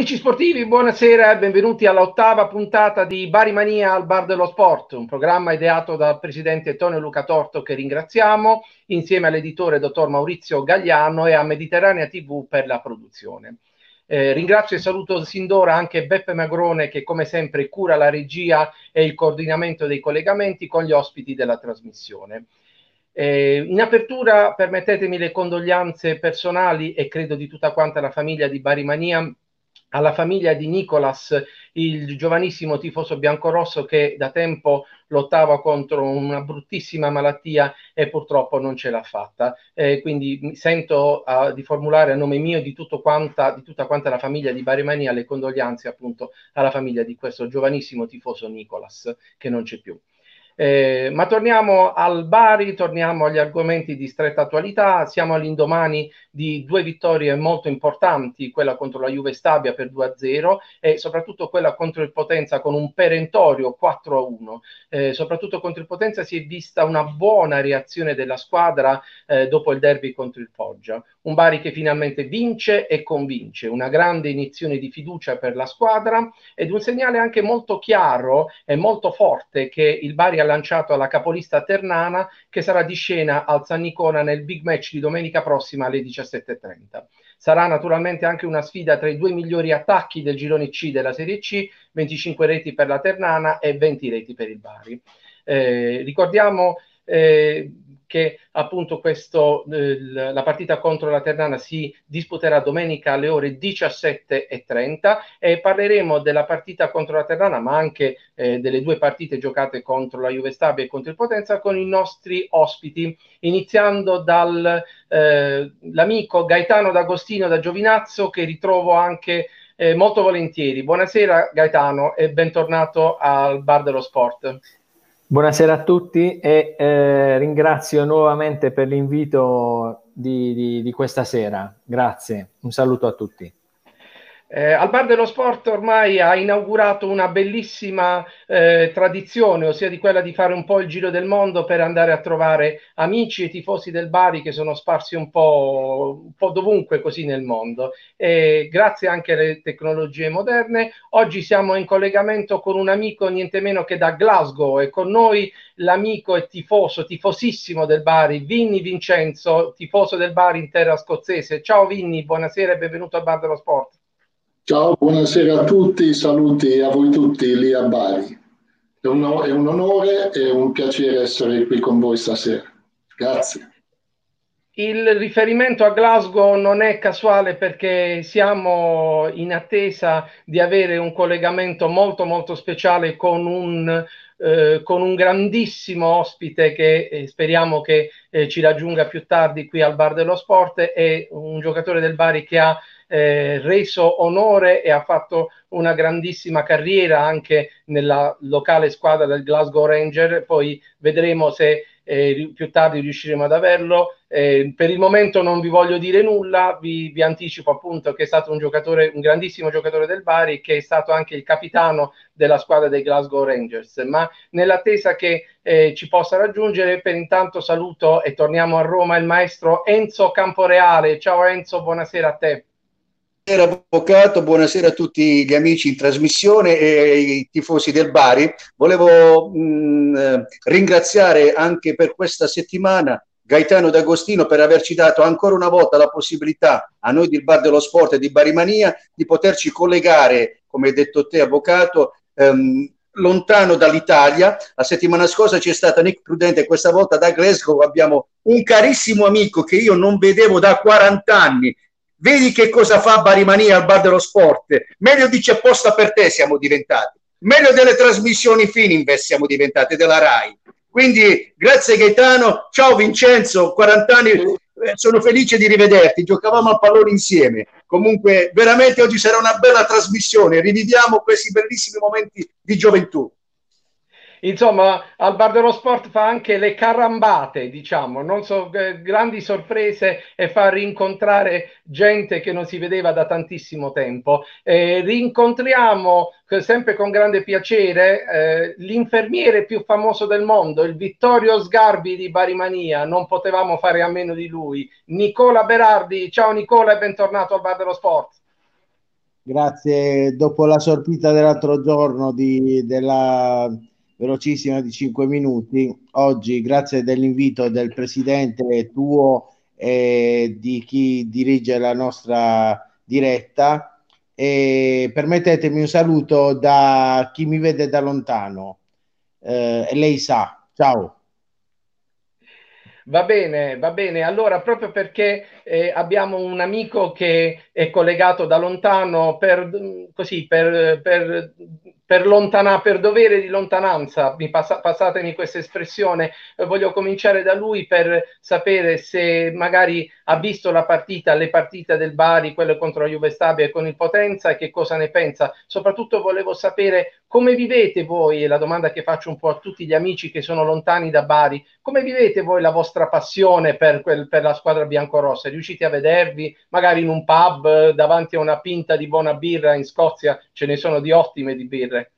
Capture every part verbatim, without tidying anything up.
Amici sportivi, buonasera e benvenuti all'ottava puntata di Bari Mania al Bar dello Sport, un programma ideato dal presidente Tonio Luca Torto, che ringraziamo, insieme all'editore dottor Maurizio Gagliano e a Mediterranea tivù per la produzione. Eh, ringrazio e saluto sin d'ora anche Beppe Magrone, che come sempre cura la regia e il coordinamento dei collegamenti con gli ospiti della trasmissione. Eh, in apertura permettetemi le condoglianze personali e credo di tutta quanta la famiglia di Bari Mania alla famiglia di Nicolas, il giovanissimo tifoso biancorosso che da tempo lottava contro una bruttissima malattia e purtroppo non ce l'ha fatta. Eh, quindi mi sento uh, di formulare a nome mio e di, tutto quanta, di tutta quanta la famiglia di Bari Mania le condoglianze appunto alla famiglia di questo giovanissimo tifoso Nicolas, che non c'è più. Eh, ma torniamo al Bari, torniamo agli argomenti di stretta attualità. Siamo all'indomani di due vittorie molto importanti, quella contro la Juve Stabia per due a zero e soprattutto quella contro il Potenza con un perentorio quattro a uno. Eh, soprattutto contro il Potenza si è vista una buona reazione della squadra eh, dopo il derby contro il Foggia. Un Bari che finalmente vince e convince, una grande iniezione di fiducia per la squadra ed un segnale anche molto chiaro e molto forte che il Bari ha lanciato alla capolista ternana, che sarà di scena al San Nicona nel big match di domenica prossima alle diciassette e trenta. Sarà naturalmente anche una sfida tra i due migliori attacchi del girone C della Serie C, venticinque reti per la Ternana e venti reti per il Bari. Eh, ricordiamo eh, che appunto questo, eh, la partita contro la Ternana si disputerà domenica alle ore diciassette e trenta e parleremo della partita contro la Ternana, ma anche eh, delle due partite giocate contro la Juve Stabia e contro il Potenza con i nostri ospiti, iniziando dall'amico eh, Gaetano D'Agostino da Giovinazzo, che ritrovo anche eh, molto volentieri. Buonasera Gaetano e bentornato al Bar dello Sport. Buonasera a tutti e eh, ringrazio nuovamente per l'invito di, di, di questa sera. Grazie, un saluto a tutti. Eh, al Bar dello Sport ormai ha inaugurato una bellissima eh, tradizione, ossia di quella di fare un po' il giro del mondo per andare a trovare amici e tifosi del Bari che sono sparsi un po', un po' dovunque così nel mondo. E grazie anche alle tecnologie moderne, oggi siamo in collegamento con un amico niente meno che da Glasgow e con noi l'amico e tifoso, tifosissimo del Bari, Vinny Vincenzo, tifoso del Bari in terra scozzese. Ciao Vinny, buonasera e benvenuto al Bar dello Sport. Ciao, buonasera a tutti, saluti a voi tutti lì a Bari. È un, è un onore e un piacere essere qui con voi stasera. Grazie. Il riferimento a Glasgow non è casuale perché siamo in attesa di avere un collegamento molto molto speciale con un, eh, con un grandissimo ospite che eh, speriamo che eh, ci raggiunga più tardi qui al Bar dello Sport. È un giocatore del Bari che ha Eh, reso onore e ha fatto una grandissima carriera anche nella locale squadra del Glasgow Rangers. Poi vedremo se eh, più tardi riusciremo ad averlo. Eh, per il momento non vi voglio dire nulla, vi, vi anticipo appunto che è stato un giocatore, un grandissimo giocatore del Bari, che è stato anche il capitano della squadra dei Glasgow Rangers. Ma nell'attesa che eh, ci possa raggiungere, per intanto saluto e torniamo a Roma il maestro Enzo Camporeale. Ciao Enzo, buonasera a te. Buonasera Avvocato, buonasera a tutti gli amici in trasmissione e i tifosi del Bari. Volevo mh, ringraziare anche per questa settimana Gaetano D'Agostino per averci dato ancora una volta la possibilità a noi del Bar dello Sport e di Bari Mania di poterci collegare, come hai detto te Avvocato, ehm, lontano dall'Italia. La settimana scorsa c'è stata Nick Prudente, questa volta da Glasgow abbiamo un carissimo amico che io non vedevo da quaranta anni. Vedi che cosa fa Bari Mania al Bar dello Sport? Meglio di C'è Posta per Te siamo diventati. Meglio delle trasmissioni Fininvest siamo diventati, della Rai. Quindi grazie Gaetano, ciao Vincenzo, quaranta anni, eh, sono felice di rivederti, giocavamo a pallone insieme. Comunque veramente oggi sarà una bella trasmissione, riviviamo questi bellissimi momenti di gioventù. Insomma, al Bar dello Sport fa anche le carambate, diciamo, non so, eh, grandi sorprese e fa rincontrare gente che non si vedeva da tantissimo tempo. Eh, rincontriamo sempre con grande piacere eh, l'infermiere più famoso del mondo, il Vittorio Sgarbi di Bari Mania, non potevamo fare a meno di lui, Nicola Berardi. Ciao Nicola e bentornato al Bar dello Sport. Grazie. Dopo la sorpresa dell'altro giorno di, della velocissima di cinque minuti, oggi, grazie dell'invito del presidente tuo e di chi dirige la nostra diretta, e permettetemi un saluto da chi mi vede da lontano. Eh, e lei sa. Ciao. Va bene, va bene. Allora, proprio perché eh, abbiamo un amico che è collegato da lontano, per, così, per, per, per, lontana, per dovere di lontananza, mi passa, passatemi questa espressione, eh, voglio cominciare da lui per sapere se magari ha visto la partita, le partite del Bari, quelle contro la Juve Stabia e con il Potenza, e che cosa ne pensa. Soprattutto volevo sapere come vivete voi, e la domanda che faccio un po' a tutti gli amici che sono lontani da Bari, come vivete voi la vostra passione per, quel, per la squadra biancorossa? Riuscite a vedervi magari in un pub davanti a una pinta di buona birra? In Scozia ce ne sono di ottime di birre.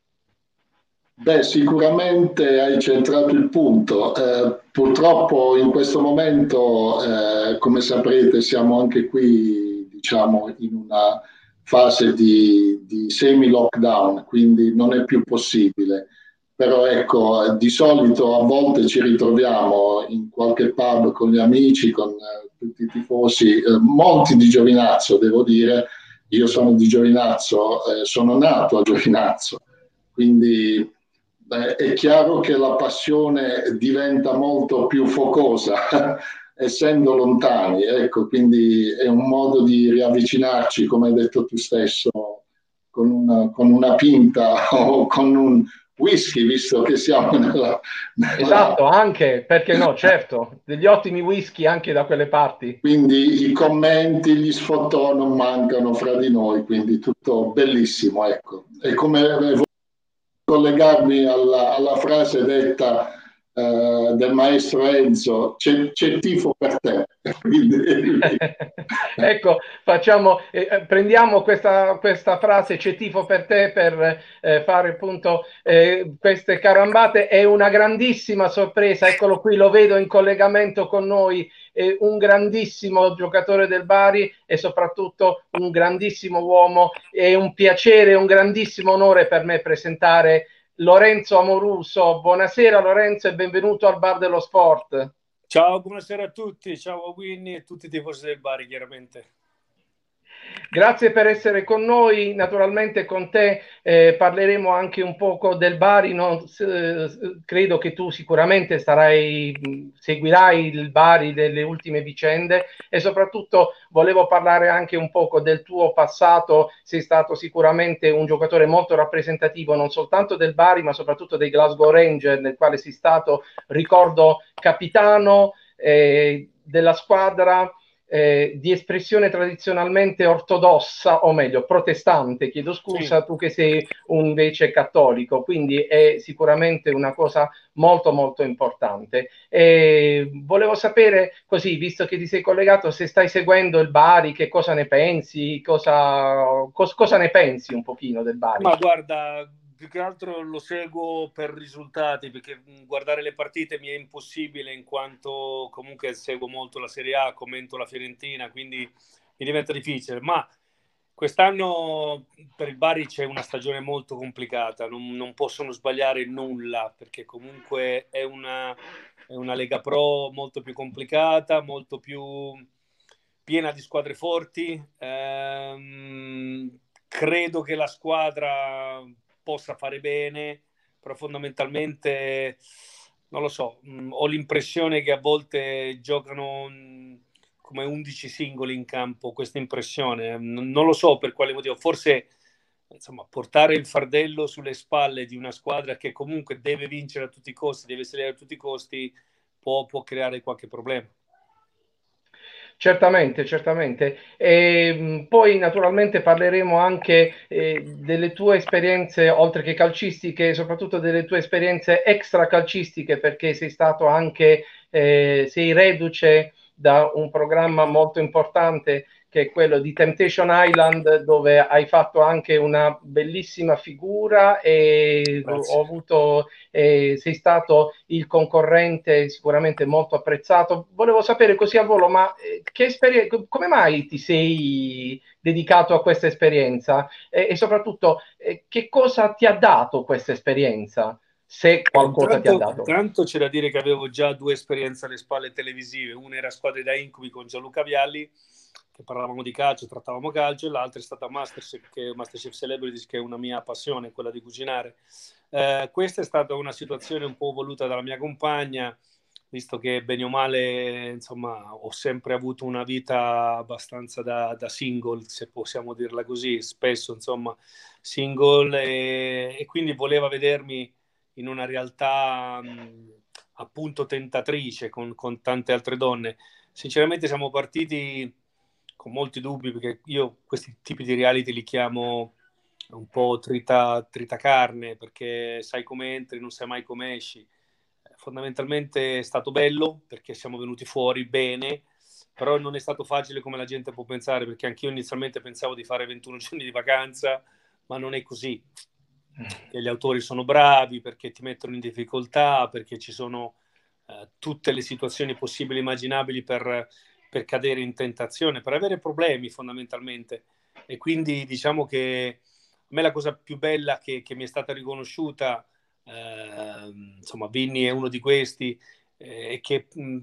Beh, sicuramente hai centrato il punto. Eh, purtroppo in questo momento, eh, come saprete, siamo anche qui, diciamo, in una fase di, di semi-lockdown, quindi non è più possibile. Però ecco, di solito a volte ci ritroviamo in qualche pub con gli amici, con eh, tutti i tifosi, eh, molti di Giovinazzo, devo dire. Io sono di Giovinazzo, eh, sono nato a Giovinazzo, quindi eh, è chiaro che la passione diventa molto più focosa essendo lontani, ecco, quindi è un modo di riavvicinarci, come hai detto tu stesso, con una, con una pinta o con un whisky, visto che siamo nella, nella... Esatto, anche, perché no, certo, degli ottimi whisky anche da quelle parti. Quindi i commenti, gli sfottò non mancano fra di noi, quindi tutto bellissimo, ecco. E come voglio collegarmi alla, alla frase detta eh, del maestro Enzo, c'è, c'è tifo per te. Quindi... Ecco, facciamo, eh, prendiamo questa, questa frase, c'è tifo per te, per eh, fare appunto eh, queste carambate. È una grandissima sorpresa, eccolo qui, lo vedo in collegamento con noi, eh, un grandissimo giocatore del Bari e soprattutto un grandissimo uomo. È un piacere, un grandissimo onore per me presentare Lorenzo Amoruso. Buonasera Lorenzo e benvenuto al Bar dello Sport. Ciao, buonasera a tutti, ciao a Winnie e tutti i tifosi del Bari, chiaramente. Grazie per essere con noi, naturalmente con te eh, parleremo anche un poco del Bari, no? eh, credo che tu sicuramente sarai, seguirai il Bari delle ultime vicende e soprattutto volevo parlare anche un poco del tuo passato. Sei stato sicuramente un giocatore molto rappresentativo non soltanto del Bari ma soprattutto dei Glasgow Rangers, nel quale sei stato, ricordo, capitano eh, della squadra. Eh, di espressione tradizionalmente ortodossa, o meglio protestante, chiedo scusa, sì. Tu che sei un invece cattolico, quindi è sicuramente una cosa molto molto importante. E volevo sapere, così, visto che ti sei collegato, se stai seguendo il Bari, che cosa ne pensi, cosa, cos, cosa ne pensi un pochino del Bari? Ma guarda, più che altro lo seguo per risultati, perché guardare le partite mi è impossibile in quanto comunque seguo molto la Serie A, commento la Fiorentina, quindi mi diventa difficile. Ma quest'anno per il Bari c'è una stagione molto complicata, non, non possono sbagliare nulla, perché comunque è una, è una Lega Pro molto più complicata, molto più piena di squadre forti. Ehm, credo che la squadra possa fare bene, però fondamentalmente non lo so, mh, ho l'impressione che a volte giocano mh, come undici singoli in campo, questa impressione, N- non lo so per quale motivo, forse insomma portare il fardello sulle spalle di una squadra che comunque deve vincere a tutti i costi, deve salire a tutti i costi, può, può creare qualche problema. Certamente, certamente. E poi naturalmente parleremo anche eh, delle tue esperienze, oltre che calcistiche, soprattutto delle tue esperienze extra calcistiche, perché sei stato anche, eh, sei reduce da un programma molto importante che è quello di Temptation Island, dove hai fatto anche una bellissima figura e Grazie. ho avuto, eh, sei stato il concorrente sicuramente molto apprezzato. Volevo sapere così a volo, ma eh, che esperienza, come mai ti sei dedicato a questa esperienza e, e soprattutto eh, che cosa ti ha dato questa esperienza? Se qualcosa Intanto, ti ha dato. intanto c'è da dire che avevo già due esperienze alle spalle televisive. Una era Squadre da Incubi con Gianluca Vialli, che parlavamo di calcio, trattavamo calcio, e l'altra è stata Masterchef, che, Masterchef Celebrities, che è una mia passione, quella di cucinare. Eh, questa è stata una situazione un po' voluta dalla mia compagna, visto che bene o male, insomma, ho sempre avuto una vita abbastanza da, da single, se possiamo dirla così, spesso, insomma, single, e, e quindi voleva vedermi in una realtà mh, appunto tentatrice con, con tante altre donne. Sinceramente siamo partiti con molti dubbi, perché io questi tipi di reality li chiamo un po' trita, tritacarne, perché sai come entri, non sai mai come esci. Fondamentalmente è stato bello perché siamo venuti fuori bene, però non è stato facile come la gente può pensare, perché anch'io inizialmente pensavo di fare ventuno giorni di vacanza, ma non è così. Che gli autori sono bravi, perché ti mettono in difficoltà, perché ci sono eh, tutte le situazioni possibili e immaginabili per, per cadere in tentazione, per avere problemi fondamentalmente. E quindi diciamo che a me la cosa più bella che, che mi è stata riconosciuta, eh, insomma Vinny è uno di questi, eh, che mh,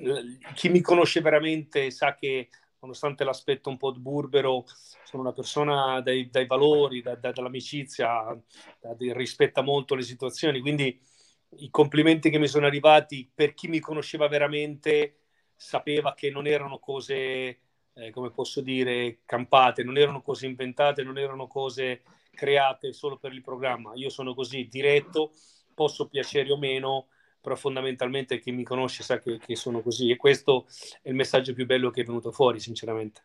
chi mi conosce veramente sa che, nonostante l'aspetto un po' burbero, sono una persona dai, dai valori, da, da, dall'amicizia, da, da, rispetta molto le situazioni, quindi i complimenti che mi sono arrivati, per chi mi conosceva veramente sapeva che non erano cose, eh, come posso dire, campate, non erano cose inventate, non erano cose create solo per il programma. Io sono così, diretto, posso piacere o meno, però fondamentalmente chi mi conosce sa che, che sono così, e questo è il messaggio più bello che è venuto fuori, sinceramente.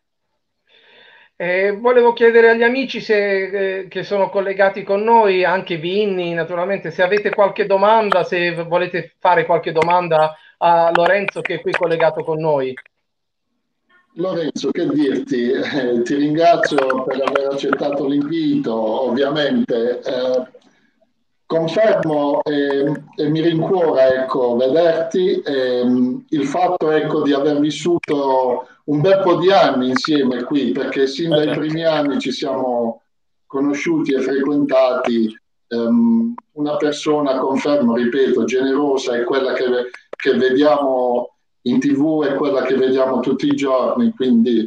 Eh, volevo chiedere agli amici se, eh, che sono collegati con noi, anche Vinny, naturalmente, se avete qualche domanda, se volete fare qualche domanda a Lorenzo che è qui collegato con noi. Lorenzo, che dirti? Eh, ti ringrazio per aver accettato l'invito, ovviamente. Eh, confermo e, e mi rincuora, ecco, vederti. Eh, il fatto, ecco, di aver vissuto un bel po' di anni insieme qui, perché sin dai primi anni ci siamo conosciuti e frequentati. Um, una persona, confermo, ripeto, generosa, è quella che, che vediamo in TV, è quella che vediamo tutti i giorni, quindi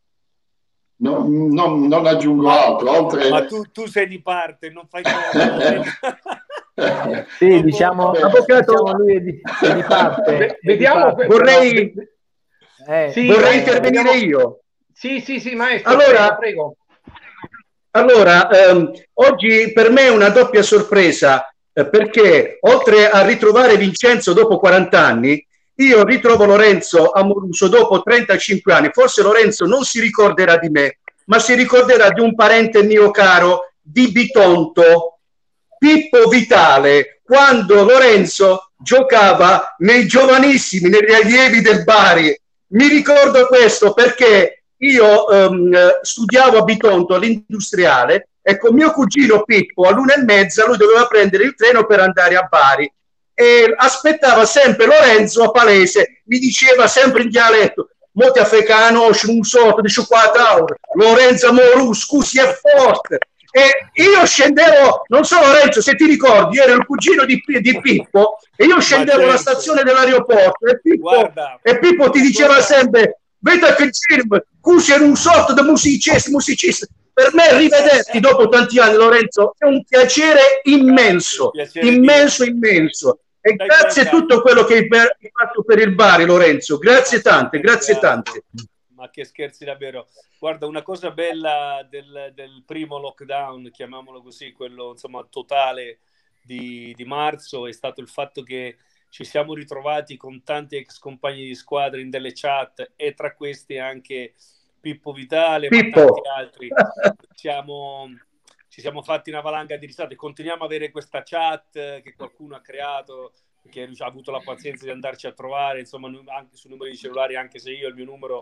non, non, non aggiungo ma, altro. Oltre... Ma tu, tu sei di parte, non fai cosa. Sì, non diciamo, diciamo lui è di, è di parte. Vediamo, di parte. Vorrei, eh, sì, vorrei eh, intervenire vediamo... io. Sì, sì, sì, maestro. Allora, prego, prego. Allora, ehm, oggi per me è una doppia sorpresa, eh, perché oltre a ritrovare Vincenzo dopo quaranta anni, io ritrovo Lorenzo Amoruso dopo trentacinque anni. Forse Lorenzo non si ricorderà di me, ma si ricorderà di un parente mio caro, di Bitonto, Pippo Vitale, quando Lorenzo giocava nei giovanissimi, nei allievi del Bari. Mi ricordo questo perché io um, studiavo a Bitonto all'industriale e con mio cugino Pippo all'una e mezza lui doveva prendere il treno per andare a Bari e aspettava sempre Lorenzo a Palese, mi diceva sempre in dialetto: mo ti africano un sorto di quattro ore, Lorenzo Moru, scusi è forte. E io scendevo, non so Lorenzo se ti ricordi, ero il cugino di, di Pippo e io scendevo alla certo. stazione dell'aeroporto e Pippo, Guarda, e Pippo ti diceva cosa... sempre: vedi che il film, Cusi era un sorto di musicista, musicista. Per me rivederti dopo tanti anni, Lorenzo, è un piacere immenso, piacere immenso, mio. immenso. E Dai, grazie a tutto quello che hai fatto per il Bari, Lorenzo. Grazie tante, grazie tante. Ma che scherzi davvero. Guarda, una cosa bella del, del primo lockdown, chiamiamolo così, quello insomma totale di, di marzo, è stato il fatto che ci siamo ritrovati con tanti ex compagni di squadra in delle chat e tra questi anche Pippo Vitale, Pippo. ma tanti altri. Siamo, ci siamo fatti una valanga di risate. Continuiamo a avere questa chat che qualcuno ha creato, che ha avuto la pazienza di andarci a trovare, insomma, anche sui numeri di cellulari, anche se io il mio numero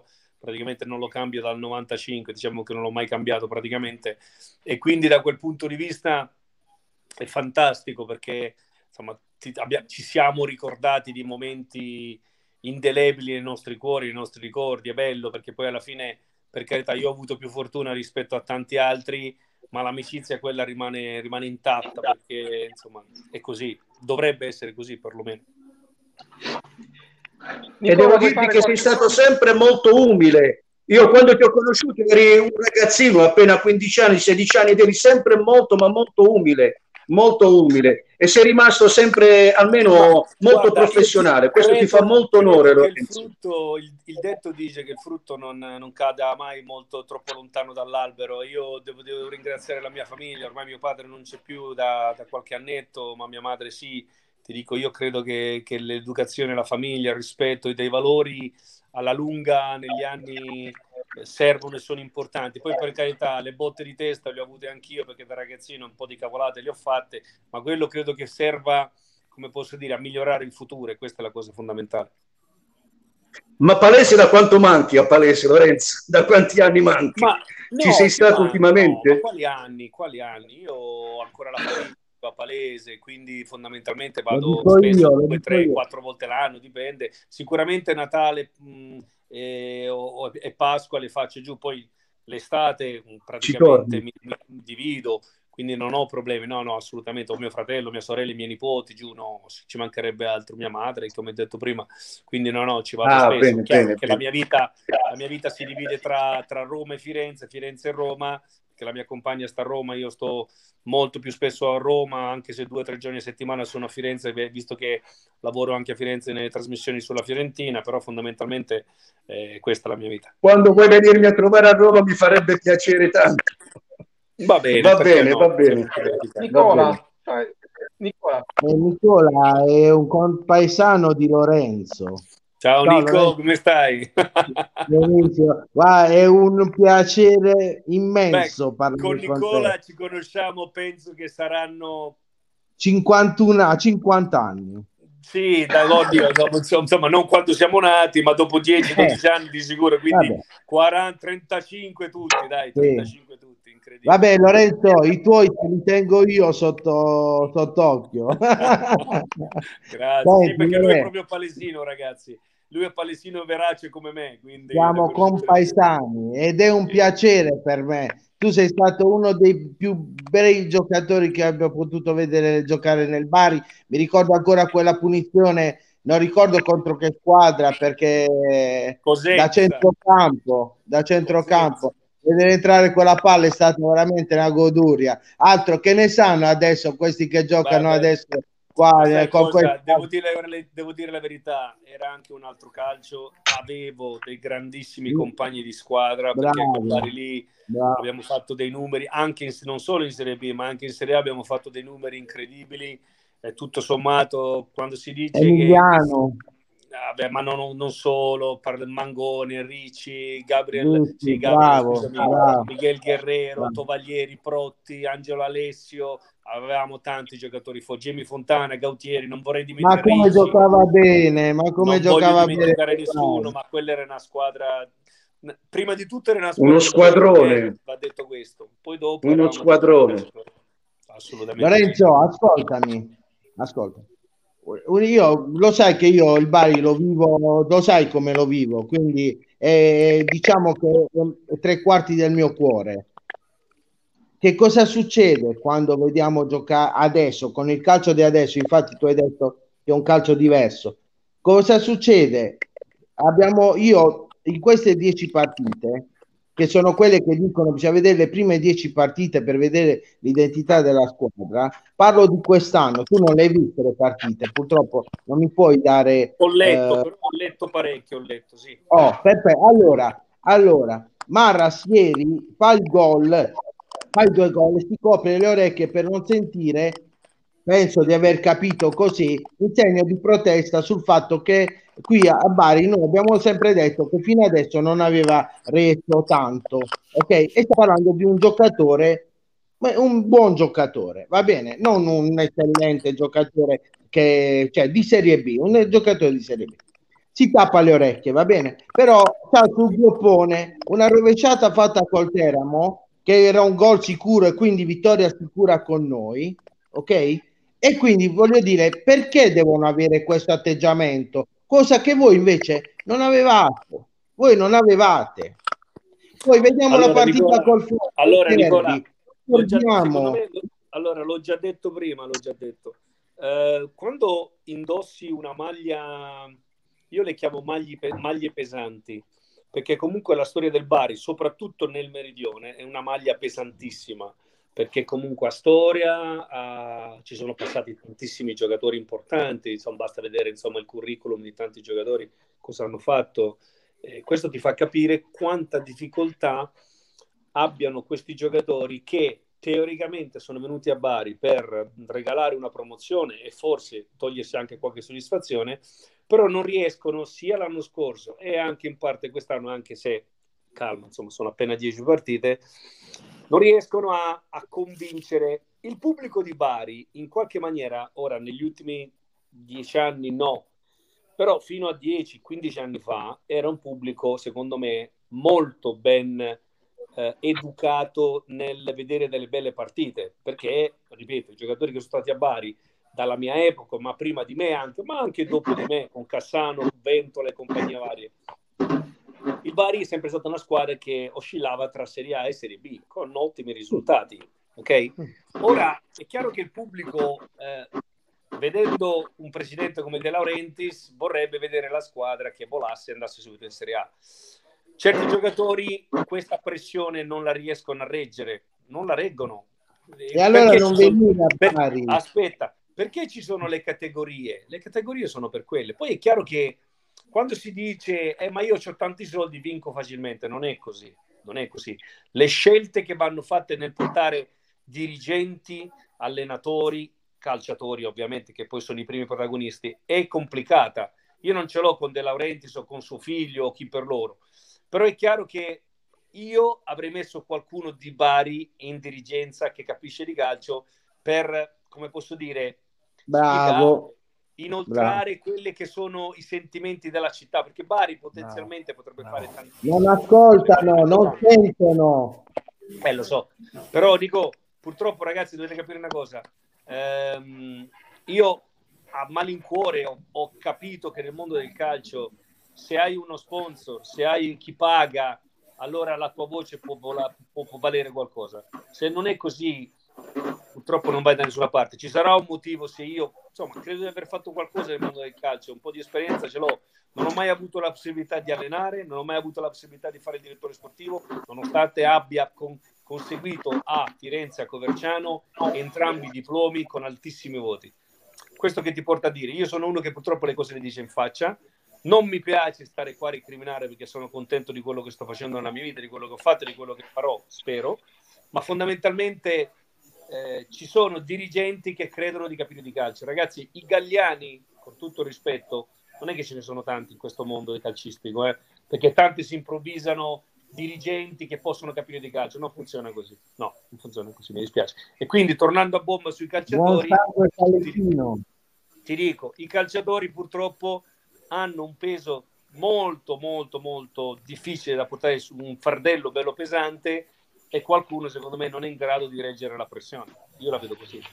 praticamente non lo cambio dal novantacinque, diciamo che non l'ho mai cambiato praticamente, e quindi da quel punto di vista è fantastico, perché insomma ti, abbia, ci siamo ricordati di momenti indelebili nei nostri cuori, nei nostri ricordi. È bello perché poi alla fine, per carità, io ho avuto più fortuna rispetto a tanti altri, ma l'amicizia quella rimane, rimane intatta, perché insomma è così, dovrebbe essere così perlomeno. E devo dirti che sei stato sempre molto umile. Io quando ti ho conosciuto eri un ragazzino, appena quindici anni, sedici anni, ed eri sempre molto, ma molto umile, molto umile, e sei rimasto sempre almeno ma, molto guarda, professionale. Questo credo, ti fa molto onore, Lorenzo. Il, frutto, il, il detto dice che il frutto non, non cada mai molto troppo lontano dall'albero. Io devo, devo ringraziare la mia famiglia. Ormai mio padre non c'è più da, da qualche annetto, ma mia madre sì. Ti dico, io credo che, che l'educazione, la famiglia, il rispetto dei valori alla lunga negli anni servono e sono importanti. Poi per carità le botte di testa le ho avute anch'io, perché da ragazzino un po' di cavolate le ho fatte, ma quello credo che serva, come posso dire, a migliorare il futuro, e questa è la cosa fondamentale. Ma Palese da quanto manchi a Palese, Lorenzo? Da quanti anni manchi? Ma, no, ci sei stato manco, ultimamente? No, ma quali anni? Quali anni? Io ho ancora la famiglia a Palese, quindi fondamentalmente vado spesso io, due, tre, quattro volte l'anno, dipende. Sicuramente Natale mh, e, o, e Pasqua le faccio giù, poi l'estate praticamente mi, mi divido, quindi non ho problemi. No, no, assolutamente. Ho mio fratello, mia sorella, i miei nipoti giù, no, ci mancherebbe altro, mia madre, come detto prima, quindi no, no, ci vado ah, spesso. Bene, Chiaro bene, che bene. La mia vita, la mia vita si divide tra, tra Roma e Firenze, Firenze e Roma, che la mia compagna sta a Roma, io sto molto più spesso a Roma, anche se due o tre giorni a settimana sono a Firenze, visto che lavoro anche a Firenze nelle trasmissioni sulla Fiorentina, però fondamentalmente eh, questa è la mia vita. Quando vuoi venirmi a trovare a Roma mi farebbe piacere tanto. Va bene, va bene, no? va bene. Nicola, va bene. Nicola. Eh, Nicola è un compaesano di Lorenzo. Ciao, Ciao Nico, Lorenzo. Come stai? Benissimo. Guarda, è un piacere immenso Beh, parlare con con Nicola te. Ci conosciamo, penso che saranno cinquantuno, cinquanta anni. Sì, da oddio, insomma, non quando siamo nati, ma dopo dieci dodici eh, anni di sicuro, quindi quaranta, trentacinque tutti, dai, trentacinque sì. Tutti, incredibile. Vabbè, Lorenzo, i tuoi te li tengo io sotto sott'occhio. Grazie, Dai, sì, perché lui è proprio palesino, ragazzi. Lui è palesino verace come me, quindi siamo compaesani ed è un piacere per me. Tu sei stato uno dei più bei giocatori che abbia potuto vedere giocare nel Bari. Mi ricordo ancora quella punizione, non ricordo contro che squadra, perché Cosenza. da centrocampo, da centrocampo vedere entrare quella palla è stata veramente una goduria. Altro che ne sanno adesso questi che giocano Vabbè. adesso qua, sai con cosa? Devo, dire, devo dire la verità, era anche un altro calcio, avevo dei grandissimi compagni di squadra, perché Bravo. con Bari lì Bravo. abbiamo fatto dei numeri, anche in, non solo in Serie B, ma anche in Serie A abbiamo fatto dei numeri incredibili, e tutto sommato quando si dice Emiliano. che... Vabbè, ma non, non solo, parlo Mangoni, Ricci, Gabriel, Ricci, sì, Gabriel bravo, scusami, bravo. Miguel Guerrero, Bravo. Tovaglieri, Protti, Angelo Alessio, avevamo tanti giocatori, Gemmi Fontana, Gautieri, non vorrei dimenticare ma come Ricci, giocava bene, ma come non giocava voglio dimenticare bene, nessuno, ma quella era una squadra, prima di tutto era una squadra uno squadrone, va detto questo, poi dopo uno squadrone. Assolutamente. Lorenzo, ascoltami, ascolta. Io lo sai che io il Bari lo vivo, lo sai come lo vivo, quindi eh, diciamo che è tre quarti del mio cuore. Che cosa succede quando vediamo giocare adesso, con il calcio di adesso? Infatti tu hai detto che è un calcio diverso. Cosa succede? Abbiamo io in queste dieci partite, che sono quelle che dicono bisogna vedere le prime dieci partite per vedere l'identità della squadra, parlo di quest'anno. Tu non le hai viste le partite, purtroppo non mi puoi dare... Ho letto, eh... però ho letto parecchio, ho letto, sì. Oh, perfetto. Allora, allora, Marras ieri fa il gol, fa i due gol, si copre le orecchie per non sentire, penso di aver capito così, un segno di protesta sul fatto che qui a Bari noi abbiamo sempre detto che fino adesso non aveva reso tanto, ok? E sto parlando di un giocatore, un buon giocatore, va bene, non un eccellente giocatore che, cioè, di Serie B, un giocatore di Serie B. si tappa le orecchie, va bene? Però c'ha sul gloppone una rovesciata fatta col Teramo, che era un gol sicuro e quindi vittoria sicura con noi, ok? E quindi voglio dire, perché devono avere questo atteggiamento? Cosa che voi invece non avevate. Voi non avevate. Poi vediamo allora, la partita Nicola, col allora Nicola, l'ho già, Guardiamo. secondo me, allora l'ho già detto prima, l'ho già detto. Eh, quando indossi una maglia, io le chiamo maglie, maglie pesanti, perché comunque la storia del Bari, soprattutto nel meridione, è una maglia pesantissima, perché comunque ha storia, ha, ci sono passati tantissimi giocatori importanti, insomma, basta vedere insomma, il curriculum di tanti giocatori, cosa hanno fatto. Eh, questo ti fa capire quanta difficoltà abbiano questi giocatori che teoricamente sono venuti a Bari per regalare una promozione e forse togliersi anche qualche soddisfazione, però non riescono sia l'anno scorso e anche in parte quest'anno, anche se calma, insomma sono appena dieci partite, non riescono a, a convincere il pubblico di Bari in qualche maniera. Ora negli ultimi dieci anni no, però fino a dieci quindici anni fa era un pubblico secondo me molto ben eh, educato nel vedere delle belle partite, perché ripeto, i giocatori che sono stati a Bari dalla mia epoca, ma prima di me anche, ma anche dopo di me, con Cassano, Ventola e compagnie varie, il Bari è sempre stata una squadra che oscillava tra Serie A e Serie B con ottimi risultati, ok? Ora è chiaro che il pubblico eh, vedendo un presidente come De Laurentiis vorrebbe vedere la squadra che volasse e andasse subito in Serie A. Certi giocatori questa pressione non la riescono a reggere, non la reggono. E allora perché non sono... veniva per... Bari. Aspetta, perché ci sono le categorie? Le categorie sono per quelle. Poi è chiaro che quando si dice eh, ma io ho tanti soldi, vinco facilmente, non è così. Non è così. Le scelte che vanno fatte nel portare dirigenti, allenatori, calciatori ovviamente, che poi sono i primi protagonisti, è complicata. Io non ce l'ho con De Laurentiis o con suo figlio o chi per loro, però è chiaro che io avrei messo qualcuno di Bari in dirigenza che capisce di calcio per, come posso dire, bravo, inoltrare bravo. quelli che sono i sentimenti della città, perché Bari potenzialmente bravo, potrebbe bravo. fare tantissimo. Non ascoltano, non sentono. Eh, lo so, però dico, purtroppo ragazzi dovete capire una cosa, ehm, io a malincuore ho, ho capito che nel mondo del calcio se hai uno sponsor, se hai chi paga, allora la tua voce può, può, può valere qualcosa. Se non è così, purtroppo non vai da nessuna parte. Ci sarà un motivo se io, insomma, credo di aver fatto qualcosa nel mondo del calcio, un po' di esperienza ce l'ho. Non ho mai avuto la possibilità di allenare, non ho mai avuto la possibilità di fare il direttore sportivo, nonostante abbia con, conseguito a Firenze e a Coverciano entrambi i diplomi con altissimi voti. Questo che ti porta a dire, io sono uno che purtroppo le cose le dice in faccia, non mi piace stare qua a recriminare perché sono contento di quello che sto facendo nella mia vita, di quello che ho fatto e di quello che farò, spero, ma fondamentalmente eh, ci sono dirigenti che credono di capire di calcio. Ragazzi, i Galliani, con tutto il rispetto, non è che ce ne sono tanti in questo mondo calcistico, eh, perché tanti si improvvisano dirigenti che possono capire di calcio. Non funziona così, no, non funziona così, mi dispiace. E quindi tornando a bomba sui calciatori, ti, ti dico, i calciatori purtroppo hanno un peso molto molto molto difficile da portare su un fardello bello pesante e qualcuno secondo me non è in grado di reggere la pressione. Io la vedo così.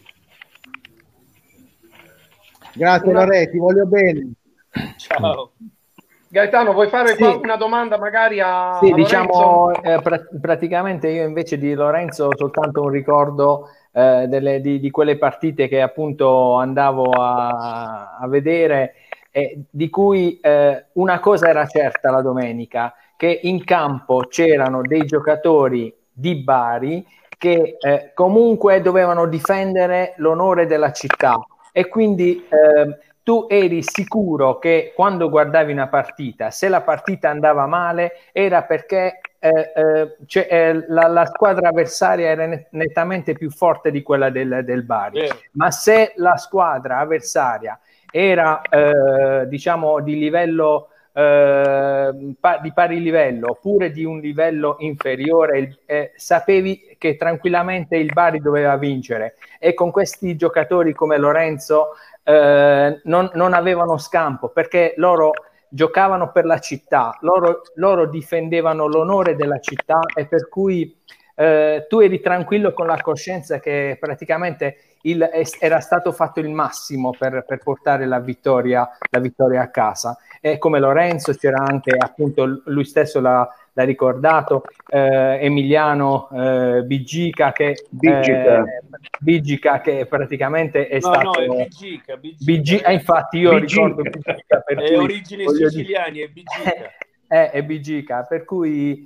Grazie una... Loretti, voglio bene. Ciao. Gaetano, vuoi fare sì. una domanda magari a, sì, a diciamo eh, pra- praticamente io invece di Lorenzo ho soltanto un ricordo eh, delle, di, di quelle partite che appunto andavo a, a vedere, eh, di cui eh, una cosa era certa la domenica, che in campo c'erano dei giocatori di Bari che eh, comunque dovevano difendere l'onore della città e quindi eh, tu eri sicuro che quando guardavi una partita, se la partita andava male, era perché eh, eh, cioè, eh, la, la squadra avversaria era net- nettamente più forte di quella del, del Bari. Vero. Ma se la squadra avversaria era, eh, diciamo, di livello eh, pa- di pari livello oppure di un livello inferiore, eh, sapevi che tranquillamente il Bari doveva vincere. E con questi giocatori come Lorenzo Eh, non, non avevano scampo perché loro giocavano per la città, loro, loro difendevano l'onore della città, e per cui eh, tu eri tranquillo con la coscienza che praticamente il, era stato fatto il massimo per, per portare la vittoria, la vittoria a casa. E come Lorenzo c'era anche, appunto, lui stesso l'ha, l'ha ricordato, eh, Emiliano eh, Bigica, che, Bigica. Eh, Bigica che praticamente è no, stato... No, è Bigica. Bigica. Bigica, eh, infatti io Bigica. ricordo Bigica, per è cui, origini siciliani, è Bigica. Eh, è Bigica, per cui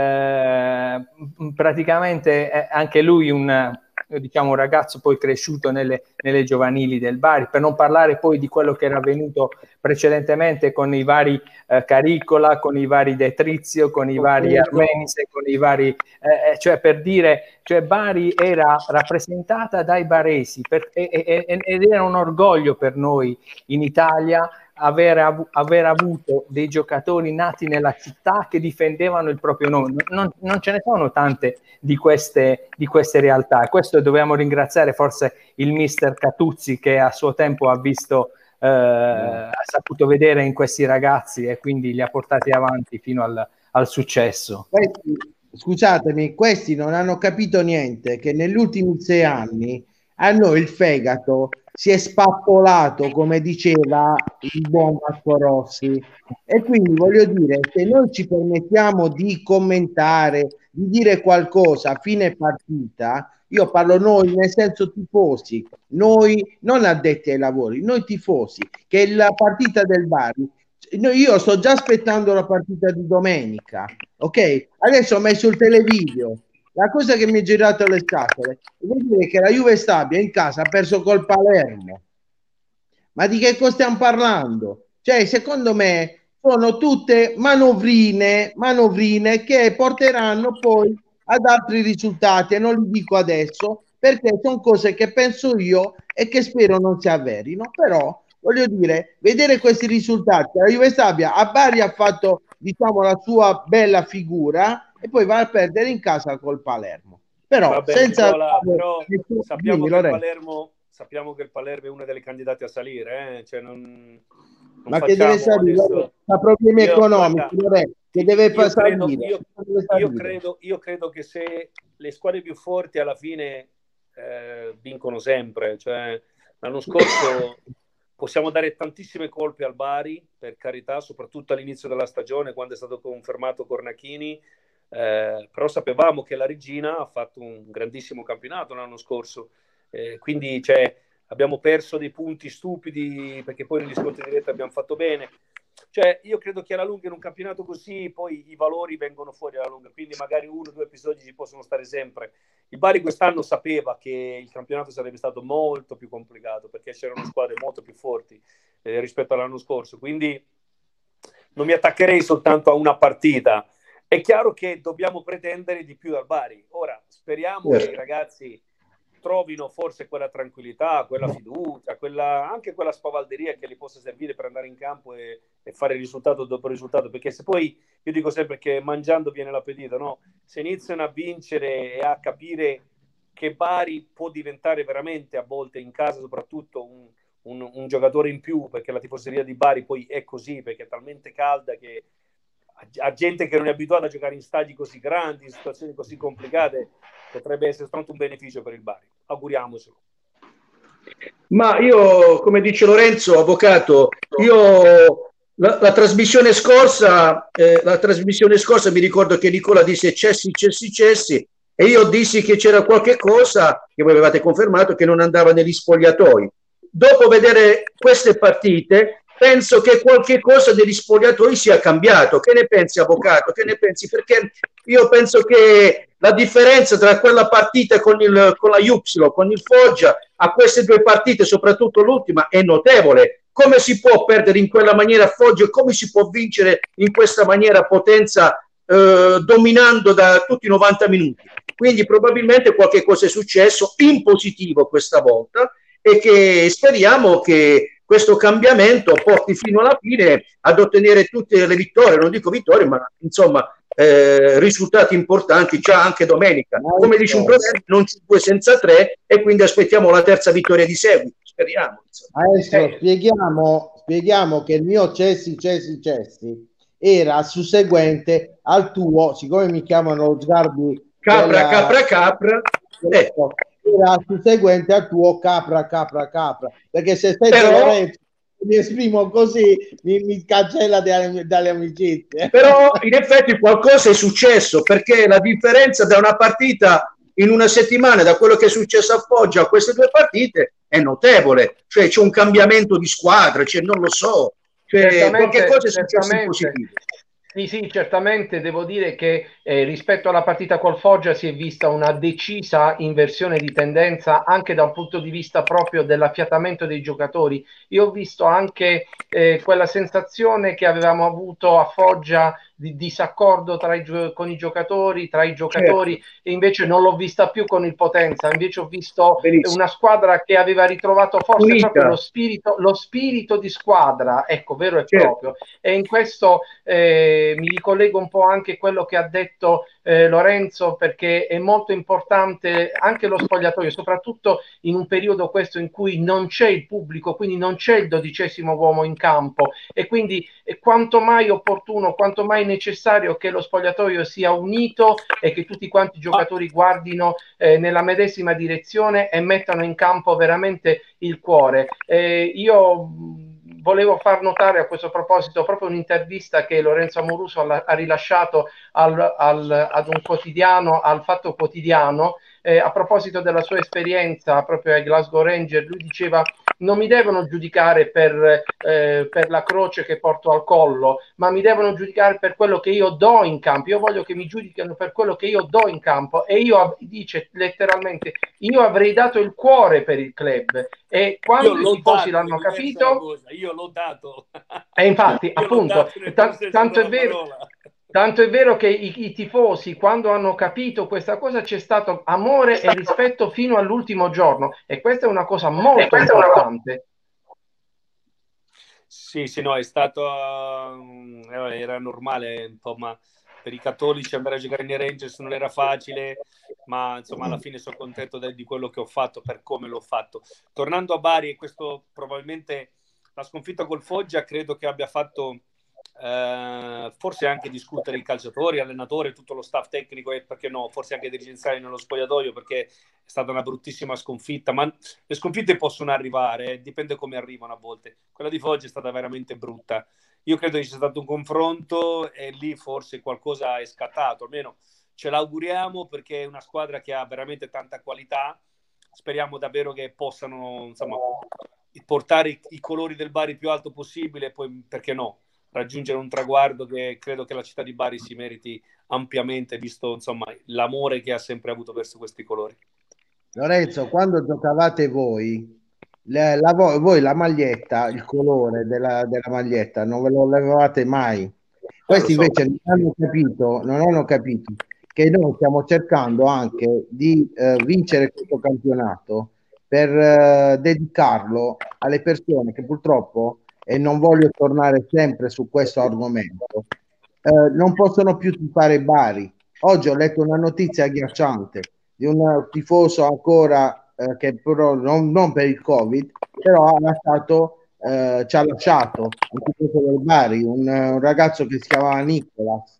eh, praticamente è anche lui un, diciamo, un ragazzo poi cresciuto nelle, nelle giovanili del Bari, per non parlare poi di quello che era avvenuto precedentemente con i vari eh, Caricola, con i vari Detrizio, con i vari Armenise, con i vari, eh, cioè per dire, cioè Bari era rappresentata dai baresi per, e, e, ed era un orgoglio per noi in Italia aver, av- aver avuto dei giocatori nati nella città che difendevano il proprio nome. Non, non ce ne sono tante di queste, di queste realtà, e questo dobbiamo ringraziare forse il mister Catuzzi, che a suo tempo ha visto eh, ha saputo vedere in questi ragazzi e quindi li ha portati avanti fino al, al successo. Questi, scusatemi, questi non hanno capito niente, che negli ultimi sei anni a noi il fegato si è spappolato, come diceva il buon Marco Rossi, e quindi voglio dire, se noi ci permettiamo di commentare, di dire qualcosa a fine partita, io parlo noi nel senso tifosi, noi non addetti ai lavori, noi tifosi, che la partita del Bari, io sto già aspettando la partita di domenica, ok? Adesso ho messo il televideo. La cosa che mi è girato alle scatole è vedere che la Juve Stabia in casa ha perso col Palermo. Ma di che cosa stiamo parlando? Cioè, secondo me sono tutte manovrine, manovrine che porteranno poi ad altri risultati, e non li dico adesso perché sono cose che penso io e che spero non si avverino. Però voglio dire, vedere questi risultati, la Juve Stabia a Bari ha fatto, diciamo, la sua bella figura e poi va a perdere in casa col Palermo. Però, Vabbè, senza Nicola, però sappiamo, dimmi, che il Palermo, sappiamo che il Palermo è una delle candidate a salire, eh? Cioè non, non ma che deve salire? adesso... Ha problemi io, economici, guarda, che deve io salire. credo, io, io, credo, io credo che se le squadre più forti alla fine eh, vincono sempre, cioè l'anno scorso possiamo dare tantissime colpe al Bari, per carità, soprattutto all'inizio della stagione quando è stato confermato Cornacchini, eh, però sapevamo che la Regina ha fatto un grandissimo campionato l'anno scorso, eh, quindi cioè, abbiamo perso dei punti stupidi perché poi negli scontri diretti abbiamo fatto bene. Cioè, io credo che alla lunga in un campionato così poi i valori vengono fuori alla lunga, quindi magari uno o due episodi ci possono stare sempre. Il Bari quest'anno sapeva che il campionato sarebbe stato molto più complicato perché c'erano squadre molto più forti eh, rispetto all'anno scorso, quindi non mi attaccherei soltanto a una partita. È chiaro che dobbiamo pretendere di più dal Bari. Ora, speriamo Certo. che i ragazzi trovino forse quella tranquillità, quella fiducia, quella, anche quella spavalderia che li possa servire per andare in campo e, e fare risultato dopo risultato, perché se poi, io dico sempre che mangiando viene l'appetito, no? Se iniziano a vincere e a capire che Bari può diventare veramente a volte in casa soprattutto un, un, un giocatore in più, perché la tifoseria di Bari poi è così, perché è talmente calda che a gente che non è abituata a giocare in stadi così grandi, in situazioni così complicate, potrebbe essere soltanto un beneficio per il Bari. Auguriamocelo. Ma io, come dice Lorenzo, avvocato, io la, la trasmissione scorsa, eh, la trasmissione scorsa mi ricordo che Nicola disse cessi, cessi, cessi, e io dissi che c'era qualche cosa che voi avevate confermato che non andava negli spogliatoi. Dopo vedere queste partite, penso che qualche cosa degli spogliatoi sia cambiato. Che ne pensi, avvocato? Che ne pensi? Perché io penso che la differenza tra quella partita con, il, con la Juxlo, con il Foggia, a queste due partite, soprattutto l'ultima, è notevole. Come si può perdere in quella maniera Foggia? Come si può vincere in questa maniera Potenza, eh, dominando da tutti i novanta minuti? Quindi probabilmente qualche cosa è successo in positivo questa volta e che speriamo che questo cambiamento porti fino alla fine ad ottenere tutte le vittorie, non dico vittorie, ma insomma eh, risultati importanti già anche domenica. Come dice un proverbio, non c'è due senza tre, e quindi aspettiamo la terza vittoria di seguito, speriamo. Adesso eh. spieghiamo, spieghiamo che il mio Cessi, Cessi, Cessi era susseguente al tuo, siccome mi chiamano lo Sgarbi Capra, della, capra, capra. Eh. Era susseguente al tuo capra, capra, capra. Perché se sento Però, Lorenzo mi esprimo così, mi, mi cancella dalle, dalle amicizie. Però in effetti qualcosa è successo, perché la differenza da una partita in una settimana, da quello che è successo a Foggia a queste due partite, è notevole. Cioè c'è un cambiamento di squadra, cioè non lo so, cioè qualche cosa è successo in positivo. Sì, sì, certamente devo dire che eh, rispetto alla partita col Foggia si è vista una decisa inversione di tendenza anche da un punto di vista proprio dell'affiatamento dei giocatori. Io ho visto anche eh, quella sensazione che avevamo avuto a Foggia di disaccordo tra i con i giocatori, tra i giocatori, certo. E invece non l'ho vista più con il Potenza, invece ho visto Benissimo. Una squadra che aveva ritrovato forse Unita. proprio lo spirito, lo spirito di squadra, ecco, vero e certo. proprio. E in questo eh, mi ricollego un po' anche a quello che ha detto eh, Lorenzo, perché è molto importante anche lo spogliatoio, soprattutto in un periodo questo in cui non c'è il pubblico, quindi non c'è il dodicesimo uomo in campo, e quindi è quanto mai opportuno, quanto mai necessario che lo spogliatoio sia unito e che tutti quanti i giocatori guardino eh, nella medesima direzione e mettano in campo veramente il cuore. Eh, io volevo far notare a questo proposito proprio un'intervista che Lorenzo Amoruso ha, ha rilasciato al, al, ad un quotidiano, al Fatto Quotidiano, eh, a proposito della sua esperienza proprio ai Glasgow Rangers. Lui diceva: non mi devono giudicare per, eh, per la croce che porto al collo, ma mi devono giudicare per quello che io do in campo. Io voglio che mi giudicano per quello che io do in campo, e io, dice letteralmente, io avrei dato il cuore per il club, e quando i tifosi l'hanno capito, io l'ho dato, e infatti appunto t- tanto è vero Tanto è vero che i, i tifosi, quando hanno capito questa cosa, c'è stato amore e rispetto fino all'ultimo giorno, e questa è una cosa molto importante. Sì, sì, no, è stato, uh, era normale, insomma, per i cattolici andare a giocare nei Rangers non era facile, ma insomma alla fine sono contento de- di quello che ho fatto, per come l'ho fatto. Tornando a Bari, e questo probabilmente la sconfitta col Foggia credo che abbia fatto Uh, forse anche discutere i calciatori, allenatore, tutto lo staff tecnico, e perché no, forse anche dirigenziali nello spogliatoio, perché è stata una bruttissima sconfitta. Ma le sconfitte possono arrivare, eh, dipende come arrivano a volte. Quella di Foggia è stata veramente brutta. Io credo che sia stato un confronto e lì forse qualcosa è scattato, almeno ce l'auguriamo, perché è una squadra che ha veramente tanta qualità. Speriamo davvero che possano, insomma, portare i, i colori del Bari più alto possibile, e poi perché no, raggiungere un traguardo che credo che la città di Bari si meriti ampiamente, visto insomma l'amore che ha sempre avuto verso questi colori. Lorenzo, quando giocavate voi, la, la, voi la maglietta, il colore della, della maglietta non ve lo levavate mai. Questi so. invece non hanno capito, non hanno capito che noi stiamo cercando anche di eh, vincere questo campionato per eh, dedicarlo alle persone che purtroppo, e non voglio tornare sempre su questo argomento, eh, non possono più tifare Bari. Oggi ho letto una notizia agghiacciante di un tifoso ancora eh, che però non, non per il Covid, però ha lasciato, eh, ci ha lasciato un tifoso del Bari, un, un ragazzo che si chiamava Nicolas,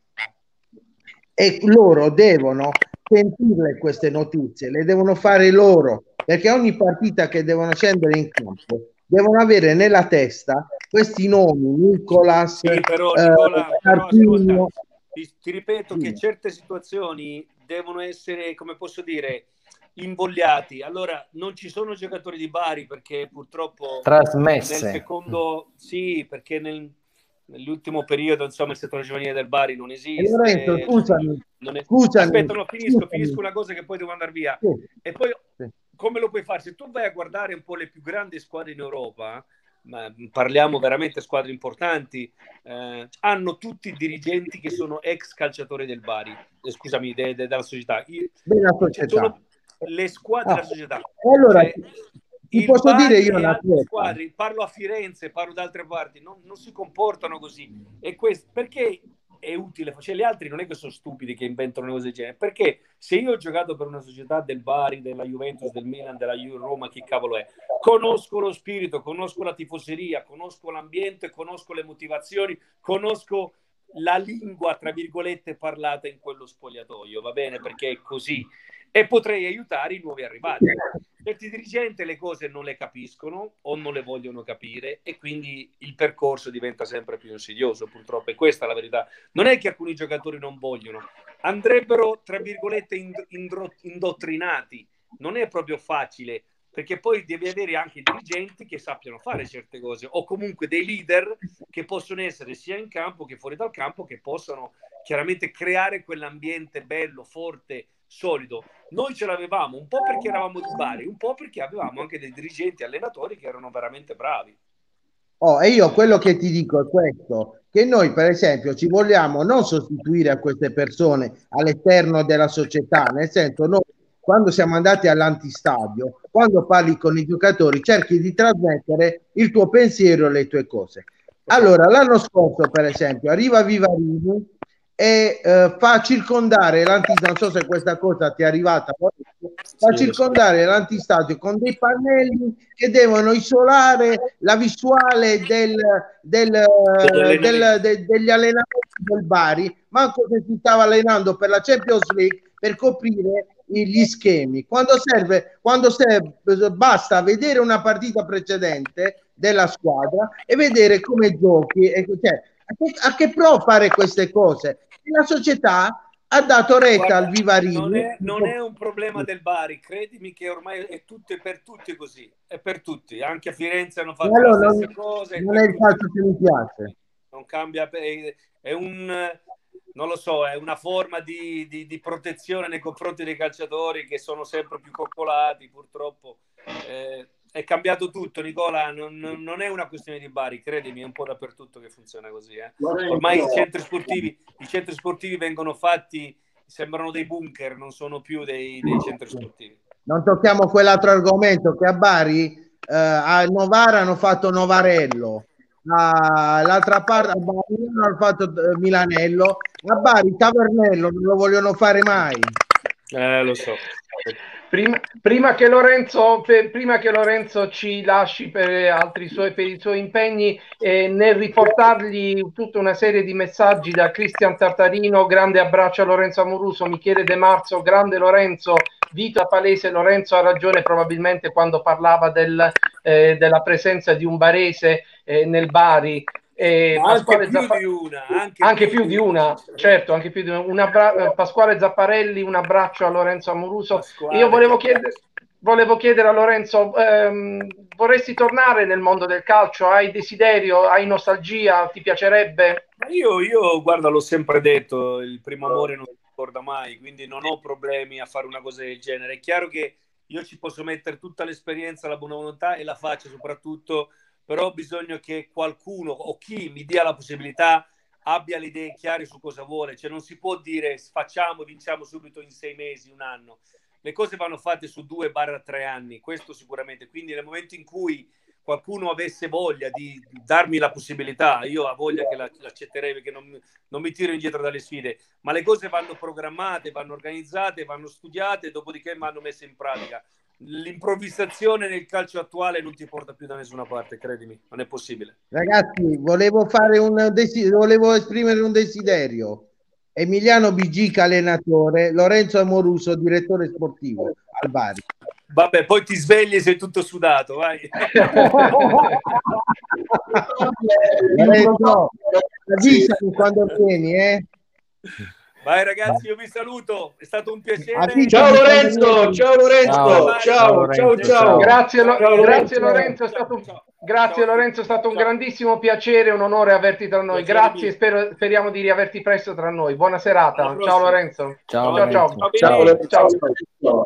e loro devono sentirle queste notizie, le devono fare loro, perché ogni partita che devono scendere in campo devono avere nella testa questi nomi, Nicolas, sì, però, Nicola, eh, però ascolta, ti, ti ripeto che certe situazioni devono essere, come posso dire, invogliati. Allora, non ci sono giocatori di Bari perché purtroppo trasmesse. Nel secondo, sì, perché nel, nell'ultimo periodo, insomma, il settore giovanile del Bari non esiste. Lorenzo, scusami, non è... scusami, Aspetta, no, finisco, scusami. finisco una cosa che poi devo andare via. Sì. E poi, sì. come lo puoi fare? Se tu vai a guardare un po' le più grandi squadre in Europa, ma parliamo veramente squadre importanti, eh, hanno tutti dirigenti che sono ex calciatori del Bari, eh, scusami, de, de, della società. Io, della società. Sono le squadre ah. della società. Allora, cioè, ti posso Bari dire io e una altre cosa. squadre, parlo a Firenze, parlo da altre parti, non, non si comportano così. E questo, perché è utile, cioè gli altri non è che sono stupidi che inventano cose del genere, perché se io ho giocato per una società del Bari, della Juventus, del Milan, della Roma, chi cavolo è, conosco lo spirito, conosco la tifoseria, conosco l'ambiente, conosco le motivazioni, conosco la lingua, tra virgolette, parlata in quello spogliatoio, va bene? Perché è così. E potrei aiutare i nuovi arrivati. Certi dirigenti le cose non le capiscono o non le vogliono capire e quindi il percorso diventa sempre più insidioso, purtroppo, e questa è la verità. Non è che alcuni giocatori non vogliono, andrebbero, tra virgolette, ind- indottrinati. Non è proprio facile, perché poi devi avere anche dirigenti che sappiano fare certe cose, o comunque dei leader che possono essere sia in campo che fuori dal campo, che possono chiaramente creare quell'ambiente bello, forte, solido. Noi ce l'avevamo un po' perché eravamo di Bari, un po' perché avevamo anche dei dirigenti, allenatori che erano veramente bravi. Oh, e io quello che ti dico è questo, che noi per esempio ci vogliamo non sostituire a queste persone all'esterno della società, nel senso noi quando siamo andati all'antistadio, quando parli con i giocatori cerchi di trasmettere il tuo pensiero e le tue cose. Allora l'anno scorso per esempio arriva Vivarini e eh, fa circondare l'antistadio, non so se questa cosa ti è arrivata, fa Sì, circondare l'antistadio con dei pannelli che devono isolare la visuale del, del, del, de, degli allenamenti del Bari, manco se si stava allenando per la Champions League, per coprire gli schemi. Quando serve, quando serve, basta vedere una partita precedente della squadra e vedere come giochi, e, cioè, a che, a che pro fare queste cose? E la società ha dato retta Guarda, al Vivarini. Non è, non è un problema del Bari, credimi che ormai è tutto, è per tutti così, è per tutti, anche a Firenze hanno fatto allora, la stessa non, cosa. Non è il calcio che mi piace. Non cambia, è un, non lo so, è una forma di, di, di protezione nei confronti dei calciatori che sono sempre più coccolati, purtroppo. Eh, è cambiato tutto, Nicola, non, non è una questione di Bari, credimi, è un po' dappertutto che funziona così. Eh. Ormai i centri sportivi, i centri sportivi vengono fatti, sembrano dei bunker, non sono più dei, dei centri sportivi. Non tocchiamo quell'altro argomento che a Bari, eh, a Novara hanno fatto Novarello, l'altra parte a Bari hanno fatto Milanello, a Bari Tavernello non lo vogliono fare mai. Eh, lo so. Prima, prima, che Lorenzo, per, prima che Lorenzo ci lasci per, altri suoi, per i suoi impegni, eh, nel riportargli tutta una serie di messaggi da Cristian Tartarino, grande abbraccio a Lorenzo Amoruso, Michele De Marzo, grande Lorenzo, Vito Palese, Lorenzo ha ragione probabilmente quando parlava del, eh, della presenza di un barese eh, nel Bari. Eh, anche più Zappa- di una anche, anche più, più di una, una certo, anche più di una, un abbra- Pasquale Zapparelli, un abbraccio a Lorenzo Amoruso. Pasquale, io volevo chiedere, volevo chiedere a Lorenzo, ehm, vorresti tornare nel mondo del calcio? Hai desiderio, hai nostalgia, ti piacerebbe? Io, io guarda, l'ho sempre detto, il primo amore non si ricorda mai, quindi non ho problemi a fare una cosa del genere. È chiaro che io ci posso mettere tutta l'esperienza, la buona volontà e la faccia soprattutto, però ho bisogno che qualcuno o chi mi dia la possibilità abbia le idee chiare su cosa vuole. Cioè non si può dire facciamo, vinciamo subito in sei mesi, un anno. Le cose vanno fatte su due barra tre anni, questo sicuramente. Quindi nel momento in cui qualcuno avesse voglia di darmi la possibilità, io ho voglia che l'accetterei, perché non, non mi tiro indietro dalle sfide, ma le cose vanno programmate, vanno organizzate, vanno studiate, dopodiché vanno messe in pratica. L'improvvisazione nel calcio attuale non ti porta più da nessuna parte, credimi, non è possibile. Ragazzi, volevo fare un desiderio, volevo esprimere un desiderio. Emiliano Bigica allenatore, Lorenzo Amoruso direttore sportivo al Bari. Vabbè, poi ti svegli e sei tutto sudato, vai. Lorenzo, avvisami quando vieni, eh. Vai ragazzi, io vi saluto, è stato un piacere. Ciao Lorenzo, ciao Lorenzo, ciao, ciao, ciao. Grazie, lo, ciao, grazie Lorenzo, è stato, grazie Lorenzo, è stato un grandissimo piacere, un onore averti tra noi. Grazie, spero, speriamo di riaverti presto tra noi. Buona serata. Ciao Lorenzo. Ciao, ciao, ciao. Ciao, ciao. ciao.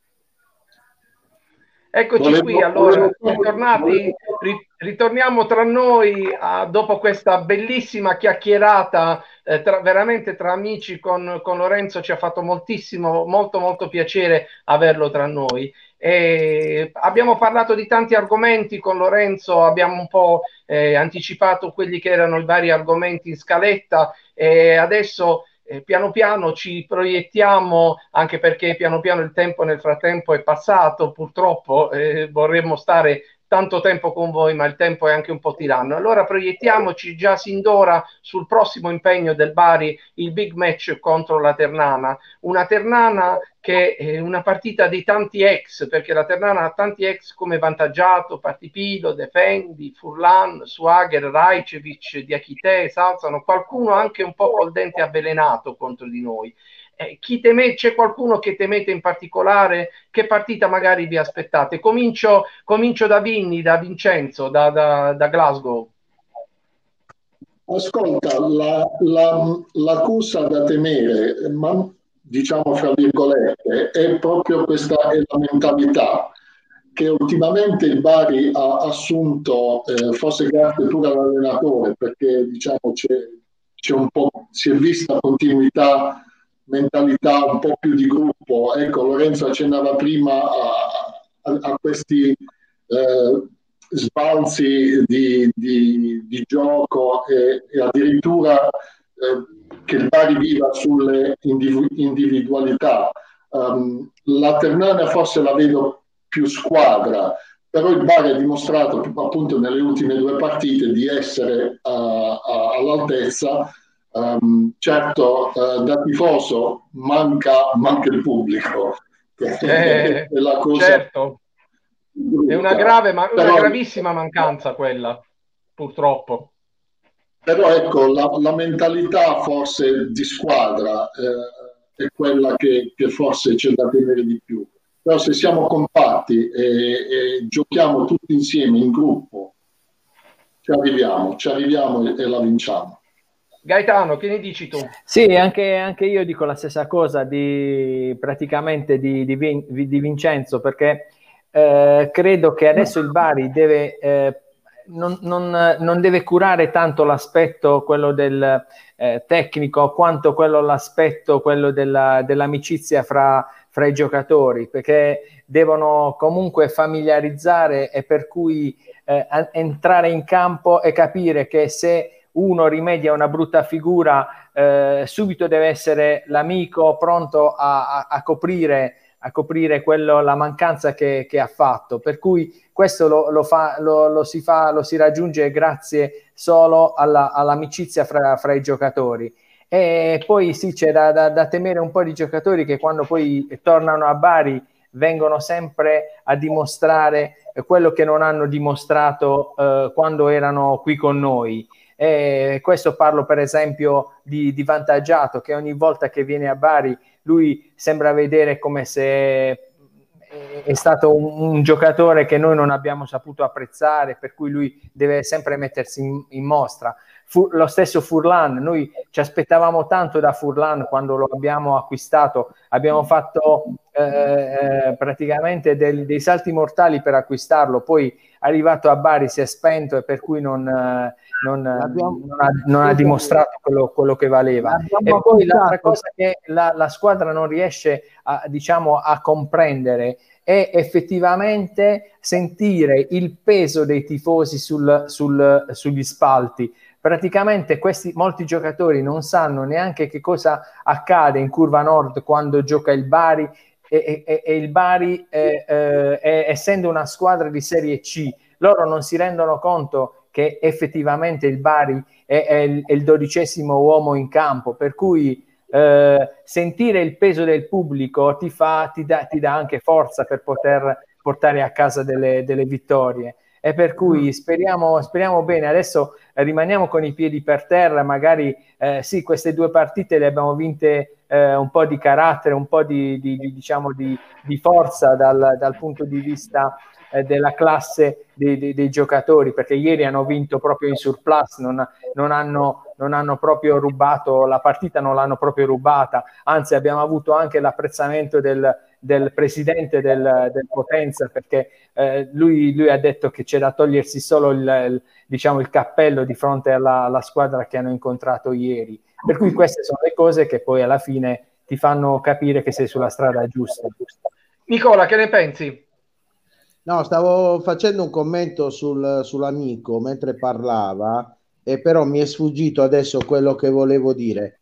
Eccoci volevo, qui, allora, ritornati, ritorniamo tra noi a, dopo questa bellissima chiacchierata, eh, tra, veramente tra amici con, con Lorenzo, ci ha fatto moltissimo, molto molto piacere averlo tra noi. Eh, abbiamo parlato di tanti argomenti con Lorenzo, abbiamo un po' eh, anticipato quelli che erano i vari argomenti in scaletta e adesso eh, piano piano ci proiettiamo, anche perché piano piano il tempo nel frattempo è passato, purtroppo eh, vorremmo stare tanto tempo con voi, ma il tempo è anche un po' tiranno. Allora proiettiamoci già sin d'ora sul prossimo impegno del Bari, il big match contro la Ternana, una Ternana che è una partita di tanti ex, perché la Ternana ha tanti ex come Vantaggiato, Partipilo, Defendi, Furlan, Suagher, Rajcevic, Diachite, Salzano, qualcuno anche un po' col dente avvelenato contro di noi. Eh, chi teme, c'è qualcuno che temete in particolare? Che partita magari vi aspettate? Comincio, comincio da Vinni, da Vincenzo, da, da, da Glasgow. Ascolta, la, la, l'accusa da temere, ma diciamo fra virgolette, è proprio questa è la mentalità che ultimamente il Bari ha assunto, eh, forse grazie pure all'allenatore, perché diciamo c'è, c'è un po', si è vista continuità, mentalità un po' più di gruppo. Ecco, Lorenzo accennava prima a, a, a questi eh, sbalzi di, di, di gioco e, e addirittura eh, che il Bari viva sulle individu- individualità. Um, la Ternana forse la vedo più squadra, però il Bari ha dimostrato appunto nelle ultime due partite di essere uh, uh, all'altezza. Um, certo, uh, da tifoso manca, manca il pubblico, che eh, è la cosa. Certo, è una grave, ma una però, gravissima mancanza quella, purtroppo. Però ecco, la, la mentalità forse di squadra eh, è quella che, che forse c'è da temere di più. Però se siamo compatti e, e giochiamo tutti insieme in gruppo, ci arriviamo, ci arriviamo e, e la vinciamo. Gaetano, che ne dici tu? Sì, anche, anche io dico la stessa cosa di praticamente di, di, di Vincenzo, perché eh, credo che adesso il Bari deve eh, non, non, non deve curare tanto l'aspetto quello del eh, tecnico quanto quello l'aspetto quello della, dell'amicizia fra, fra i giocatori, perché devono comunque familiarizzare e per cui eh, entrare in campo e capire che se uno rimedia una brutta figura, eh, subito deve essere l'amico pronto a, a, a coprire, a coprire quello, la mancanza che, che ha fatto. Per cui questo lo, lo, fa, lo, lo, si, fa, lo si raggiunge grazie solo alla, all'amicizia fra, fra i giocatori. E poi sì, c'è da, da, da temere un po' di giocatori che quando poi tornano a Bari vengono sempre a dimostrare quello che non hanno dimostrato eh, quando erano qui con noi. E questo parlo per esempio di, di Vantaggiato, che ogni volta che viene a Bari lui sembra vedere come se è stato un, un giocatore che noi non abbiamo saputo apprezzare, per cui lui deve sempre mettersi in, in mostra. Fu, lo stesso Furlan, noi ci aspettavamo tanto da Furlan quando lo abbiamo acquistato, abbiamo fatto eh, praticamente del, dei salti mortali per acquistarlo, poi arrivato a Bari si è spento e per cui non, non, non, ha, non ha dimostrato quello, quello che valeva. E poi l'altra cosa che la, la squadra non riesce a, diciamo, a comprendere è effettivamente sentire il peso dei tifosi sul, sul, sugli spalti. Praticamente questi, molti giocatori non sanno neanche che cosa accade in Curva Nord quando gioca il Bari e, e, e il Bari eh, eh, essendo una squadra di Serie C, loro non si rendono conto che effettivamente il Bari è, è, il, è il dodicesimo uomo in campo, per cui eh, sentire il peso del pubblico ti, fa, ti, dà, ti dà anche forza per poter portare a casa delle, delle vittorie. E per cui speriamo, speriamo bene. Adesso eh, rimaniamo con i piedi per terra, magari eh, sì, queste due partite le abbiamo vinte eh, un po' di carattere, un po' di, di, di, diciamo di, di forza dal, dal punto di vista eh, della classe dei, dei, dei giocatori, perché ieri hanno vinto proprio in surplus, non, non, hanno, non hanno proprio rubato la partita, non l'hanno proprio rubata, anzi abbiamo avuto anche l'apprezzamento del del presidente del, del Potenza, perché eh, lui, lui ha detto che c'è da togliersi solo il, il, diciamo, il cappello di fronte alla, alla squadra che hanno incontrato ieri. Per cui queste sono le cose che poi alla fine ti fanno capire che sei sulla strada giusta. Nicola, che ne pensi? No, stavo facendo un commento sul, sull'amico mentre parlava, e però mi è sfuggito adesso quello che volevo dire.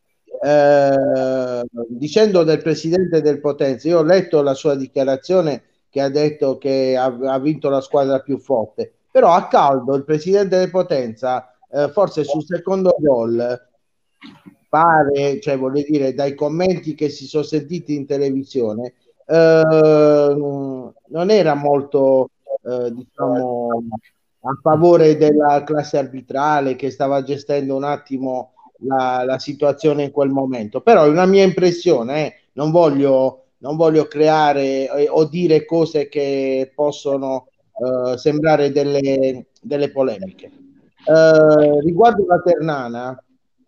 Eh, dicendo del presidente del Potenza, io ho letto la sua dichiarazione che ha detto che ha, ha vinto la squadra più forte, però a caldo il presidente del Potenza, eh, forse sul secondo gol, pare, cioè voglio dire, dai commenti che si sono sentiti in televisione, eh, non era molto, eh, diciamo, a favore della classe arbitrale che stava gestendo un attimo la, la situazione in quel momento. Però è una mia impressione, eh. non, voglio, non voglio creare eh, o dire cose che possono eh, sembrare delle, delle polemiche. Eh, riguardo la Ternana,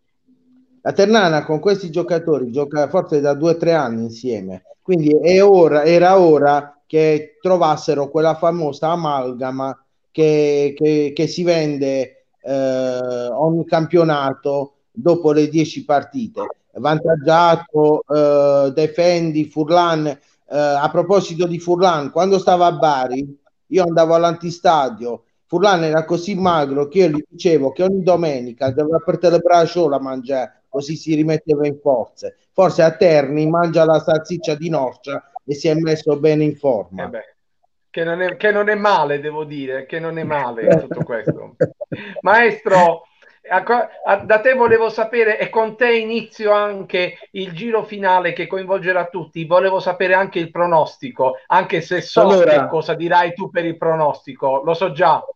la Ternana con questi giocatori gioca forse da due o tre anni insieme, quindi è ora, era ora che trovassero quella famosa amalgama che, che, che si vende eh, ogni campionato dopo le dieci partite. Vantaggiato, eh, Defendi, Furlan. Eh, a proposito di Furlan, quando stava a Bari, io andavo all'antistadio. Furlan era così magro che io gli dicevo che ogni domenica doveva portare le braccia la mangiare, così si rimetteva in forze. Forse a Terni mangia la salsiccia di Norcia e si è messo bene in forma. Eh beh, che non è, che non è male, devo dire, che non è male in tutto questo. Maestro, a- a- da te volevo sapere, e con te inizio anche il giro finale che coinvolgerà tutti, volevo sapere anche il pronostico, anche se so Allora, che cosa dirai tu per il pronostico, lo so già.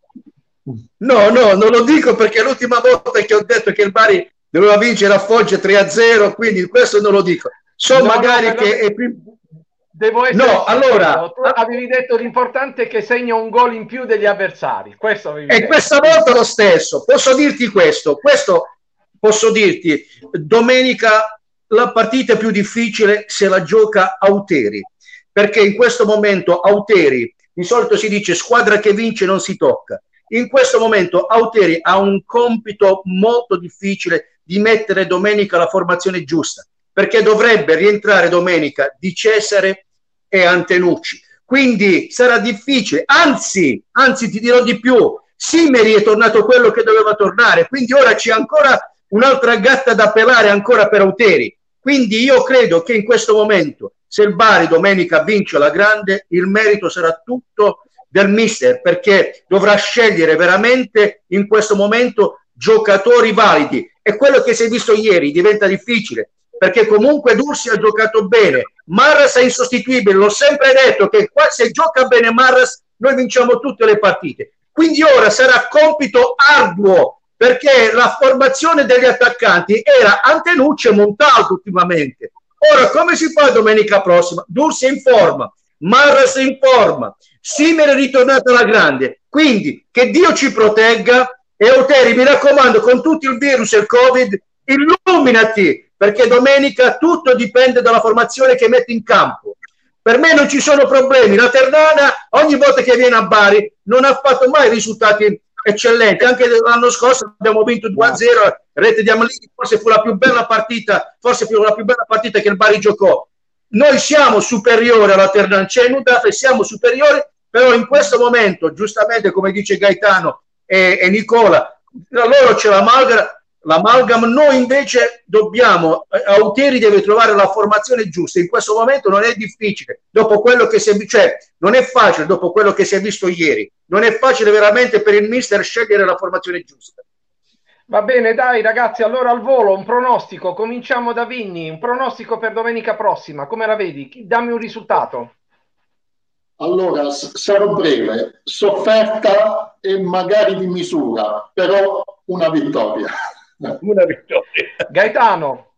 no, no, non lo dico perché l'ultima volta che ho detto che il Bari doveva vincere a Foggia tre a zero, quindi questo non lo dico. So No, magari no, che... È più... Devo essere no, allora... tu avevi detto l'importante è che segna un gol in più degli avversari. Questo avevi e detto. questa volta lo stesso. Posso dirti questo, questo posso dirti, domenica la partita più difficile se la gioca Auteri, perché in questo momento Auteri, di solito si dice squadra che vince non si tocca. In questo momento Auteri ha un compito molto difficile di mettere domenica la formazione giusta, perché dovrebbe rientrare domenica Di Cesare e Antenucci. Quindi sarà difficile, anzi, anzi ti dirò di più, Simeri è tornato quello che doveva tornare, quindi ora c'è ancora un'altra gatta da pelare ancora per Auteri. Quindi io credo che in questo momento, se il Bari domenica vince la grande, il merito sarà tutto del mister, perché dovrà scegliere veramente in questo momento giocatori validi, e quello che si è visto ieri diventa difficile, perché comunque Dursi ha giocato bene, Marras è insostituibile, l'ho sempre detto che qua, se gioca bene Marras noi vinciamo tutte le partite, quindi ora sarà compito arduo, perché la formazione degli attaccanti era Antenucci e Montalto ultimamente. Ora come si fa domenica prossima? Dursi è in forma, Marras è in forma, Simmer è ritornato alla grande, quindi che Dio ci protegga. E Auteri, mi raccomando, con tutto il virus e il Covid, illuminati, perché domenica tutto dipende dalla formazione che metti in campo. Per me non ci sono problemi. La Ternana, ogni volta che viene a Bari, non ha fatto mai risultati eccellenti. Anche l'anno scorso abbiamo vinto due a zero, rete di Amalini, forse fu la più bella partita, forse fu la più bella partita che il Bari giocò. Noi siamo superiori alla Ternana, c'è nulla, siamo superiori, però in questo momento, giustamente come dice Gaetano e, e Nicola, loro c'è l'amalgama, l'amalgama, noi invece dobbiamo, Auteri deve trovare la formazione giusta. In questo momento non è difficile, dopo quello che si è, cioè non è facile dopo quello che si è visto ieri, non è facile veramente per il mister scegliere la formazione giusta. Va bene, dai ragazzi, allora al volo un pronostico, cominciamo da Vinni, un pronostico per domenica prossima, come la vedi? Dammi un risultato. Allora, sarò breve, sofferta e magari di misura, però una vittoria. Una vittoria. Gaetano.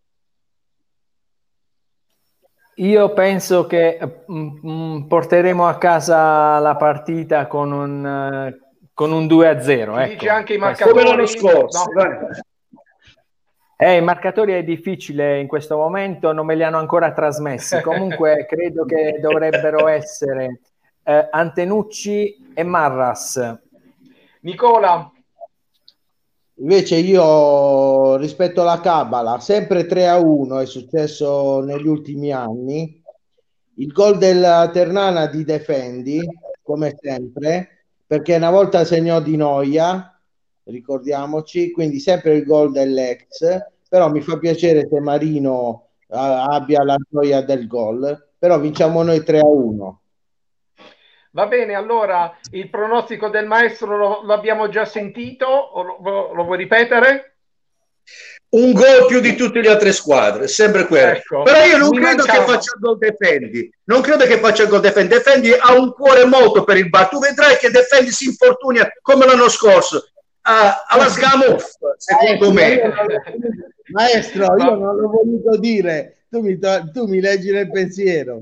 Io penso che mh, porteremo a casa la partita con un, uh, con un due a zero. Ecco. Dice anche i marcatori. Come l'anno scorso. No. Eh, i marcatori è difficile in questo momento, non me li hanno ancora trasmessi. Comunque credo che dovrebbero essere eh, Antenucci e Marras. Nicola. Invece io, rispetto alla Cabala, sempre tre a uno è successo negli ultimi anni. Il gol della Ternana di Defendi come sempre, perché una volta segnò Di Noia, ricordiamoci, quindi sempre il gol dell'ex, però mi fa piacere se Marino uh, abbia la gioia del gol, però vinciamo noi tre a uno. Va bene, allora il pronostico del maestro lo, lo abbiamo già sentito, o lo, lo vuoi ripetere? Un gol più di tutte le altre squadre, sempre quello. Ecco, però io non credo mancava. che faccia il gol Defendi. Non credo che faccia il gol Defendi. Defendi ha un cuore molto per il bar. Tu vedrai che Defendi si infortuna come l'anno scorso. Uh, alla Sgamuf, secondo me. Maestro, io non l'ho voluto dire. Tu mi, tu mi leggi nel pensiero.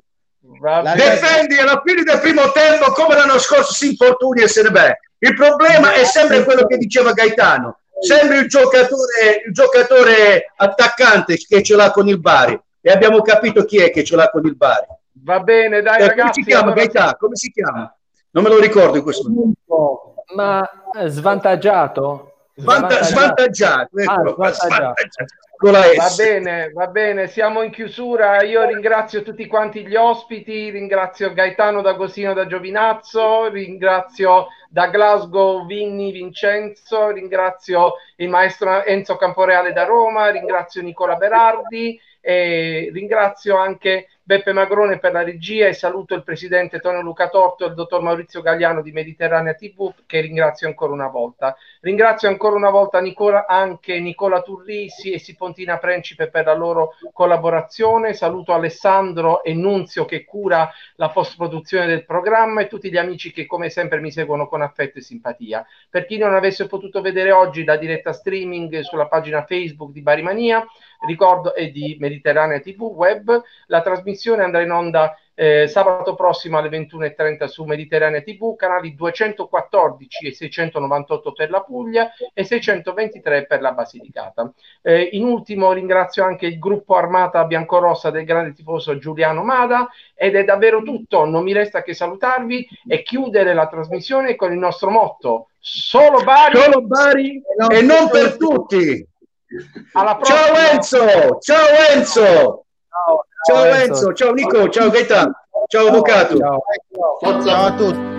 Defendi alla fine del primo tempo, come l'anno scorso, si infortuna e se ne va. Il problema è sempre quello che diceva Gaetano. Sembra il giocatore, il giocatore attaccante che ce l'ha con il Bari, e abbiamo capito chi è che ce l'ha con il Bari. Va bene, dai, eh, ragazzi. Come si chiama, allora... Gaetano? Come si chiama? Non me lo ricordo in questo momento. Ma svantaggiato? Svantaggiato, svantaggiato, ecco, ah, svantaggiato. Va bene, va bene, siamo in chiusura. Io ringrazio tutti quanti gli ospiti, ringrazio Gaetano D'Agostino da Giovinazzo, ringrazio da Glasgow Vinni Vincenzo, ringrazio il maestro Enzo Camporeale da Roma, ringrazio Nicola Berardi e ringrazio anche Beppe Magrone per la regia e saluto il presidente Tonio Luca Torto e il dottor Maurizio Gagliano di Mediterranea tivù, che ringrazio ancora una volta. Ringrazio ancora una volta Nicola, anche Nicola Turrisi e Sipontina Principe per la loro collaborazione. Saluto Alessandro e Nunzio che cura la post-produzione del programma e tutti gli amici che come sempre mi seguono con affetto e simpatia. Per chi non avesse potuto vedere oggi la diretta streaming sulla pagina Facebook di Barimania, ricordo e di Mediterranea tivù web, la trasmissione andrà in onda eh, sabato prossimo alle ventuno e trenta su Mediterranea tivù, canali duecentoquattordici e seicentonovantotto per la Puglia e seicentoventitré per la Basilicata. Eh, in ultimo ringrazio anche il gruppo Armata Biancorossa del grande tifoso Giuliano Mada, ed è davvero tutto, non mi resta che salutarvi e chiudere la trasmissione con il nostro motto: solo Bari, solo Bari e non per tutti. Alla ciao Enzo, ciao Enzo, ciao, ciao, ciao Enzo, ciao Nico, ciao Gaetano, ciao Avvocato. Ciao, ciao. Ciao a tutti.